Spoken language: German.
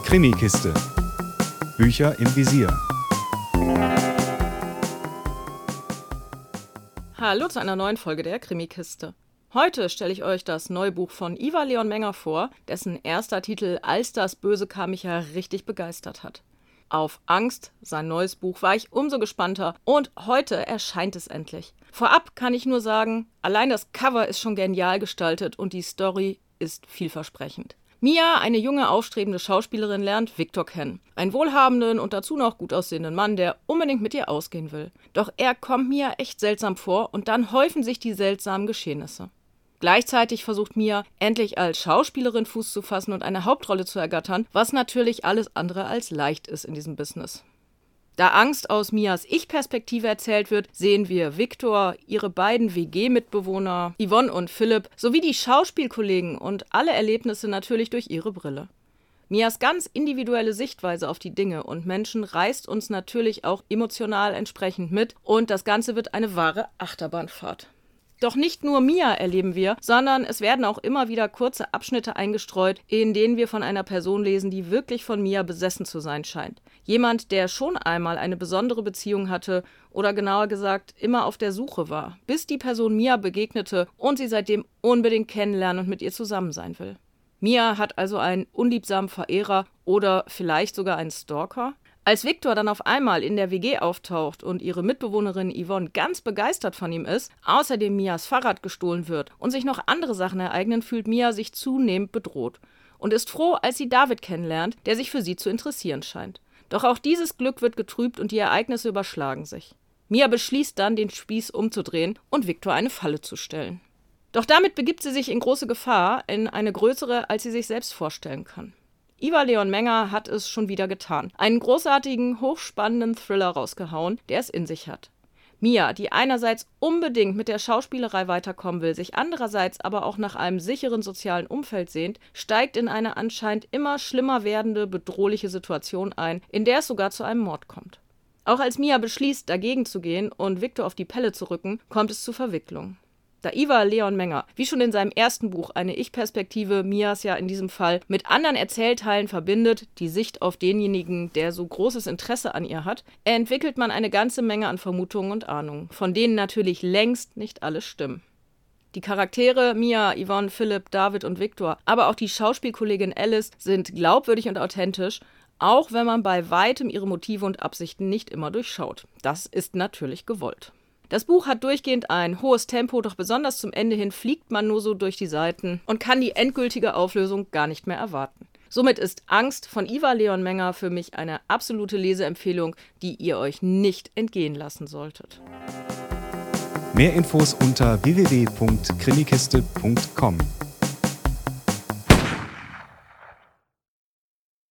Krimikiste. Bücher im Visier. Hallo zu einer neuen Folge der Krimikiste. Heute stelle ich euch das neue Buch von Ivar Leon Menger vor, dessen erster Titel Als das Böse kam mich ja richtig begeistert hat. Auf Angst, sein neues Buch, war ich umso gespannter und heute erscheint es endlich. Vorab kann ich nur sagen, allein das Cover ist schon genial gestaltet und die Story ist vielversprechend. Mia, eine junge, aufstrebende Schauspielerin, lernt Viktor kennen. Einen wohlhabenden und dazu noch gut aussehenden Mann, der unbedingt mit ihr ausgehen will. Doch er kommt Mia echt seltsam vor und dann häufen sich die seltsamen Geschehnisse. Gleichzeitig versucht Mia, endlich als Schauspielerin Fuß zu fassen und eine Hauptrolle zu ergattern, was natürlich alles andere als leicht ist in diesem Business. Da Angst aus Mias Ich-Perspektive erzählt wird, sehen wir Viktor, ihre beiden WG-Mitbewohner Yvonne und Philipp sowie die Schauspielkollegen und alle Erlebnisse natürlich durch ihre Brille. Mias ganz individuelle Sichtweise auf die Dinge und Menschen reißt uns natürlich auch emotional entsprechend mit und das Ganze wird eine wahre Achterbahnfahrt. Doch nicht nur Mia erleben wir, sondern es werden auch immer wieder kurze Abschnitte eingestreut, in denen wir von einer Person lesen, die wirklich von Mia besessen zu sein scheint. Jemand, der schon einmal eine besondere Beziehung hatte oder genauer gesagt immer auf der Suche war, bis die Person Mia begegnete und sie seitdem unbedingt kennenlernen und mit ihr zusammen sein will. Mia hat also einen unliebsamen Verehrer oder vielleicht sogar einen Stalker. Als Viktor dann auf einmal in der WG auftaucht und ihre Mitbewohnerin Yvonne ganz begeistert von ihm ist, außerdem Mias Fahrrad gestohlen wird und sich noch andere Sachen ereignen, fühlt Mia sich zunehmend bedroht und ist froh, als sie David kennenlernt, der sich für sie zu interessieren scheint. Doch auch dieses Glück wird getrübt und die Ereignisse überschlagen sich. Mia beschließt dann, den Spieß umzudrehen und Viktor eine Falle zu stellen. Doch damit begibt sie sich in große Gefahr, in eine größere, als sie sich selbst vorstellen kann. Ivar Leon Menger hat es schon wieder getan. Einen großartigen, hochspannenden Thriller rausgehauen, der es in sich hat. Mia, die einerseits unbedingt mit der Schauspielerei weiterkommen will, sich andererseits aber auch nach einem sicheren sozialen Umfeld sehnt, steigt in eine anscheinend immer schlimmer werdende, bedrohliche Situation ein, in der es sogar zu einem Mord kommt. Auch als Mia beschließt, dagegen zu gehen und Viktor auf die Pelle zu rücken, kommt es zu Verwicklungen. Da Ivar Leon Menger, wie schon in seinem ersten Buch, eine Ich-Perspektive, Mias ja in diesem Fall, mit anderen Erzählteilen verbindet, die Sicht auf denjenigen, der so großes Interesse an ihr hat, entwickelt man eine ganze Menge an Vermutungen und Ahnungen, von denen natürlich längst nicht alle stimmen. Die Charaktere Mia, Yvonne, Philipp, David und Viktor, aber auch die Schauspielkollegin Alice sind glaubwürdig und authentisch, auch wenn man bei weitem ihre Motive und Absichten nicht immer durchschaut. Das ist natürlich gewollt. Das Buch hat durchgehend ein hohes Tempo, doch besonders zum Ende hin fliegt man nur so durch die Seiten und kann die endgültige Auflösung gar nicht mehr erwarten. Somit ist Angst von Ivar Leon Menger für mich eine absolute Leseempfehlung, die ihr euch nicht entgehen lassen solltet. Mehr Infos unter www.krimikiste.com.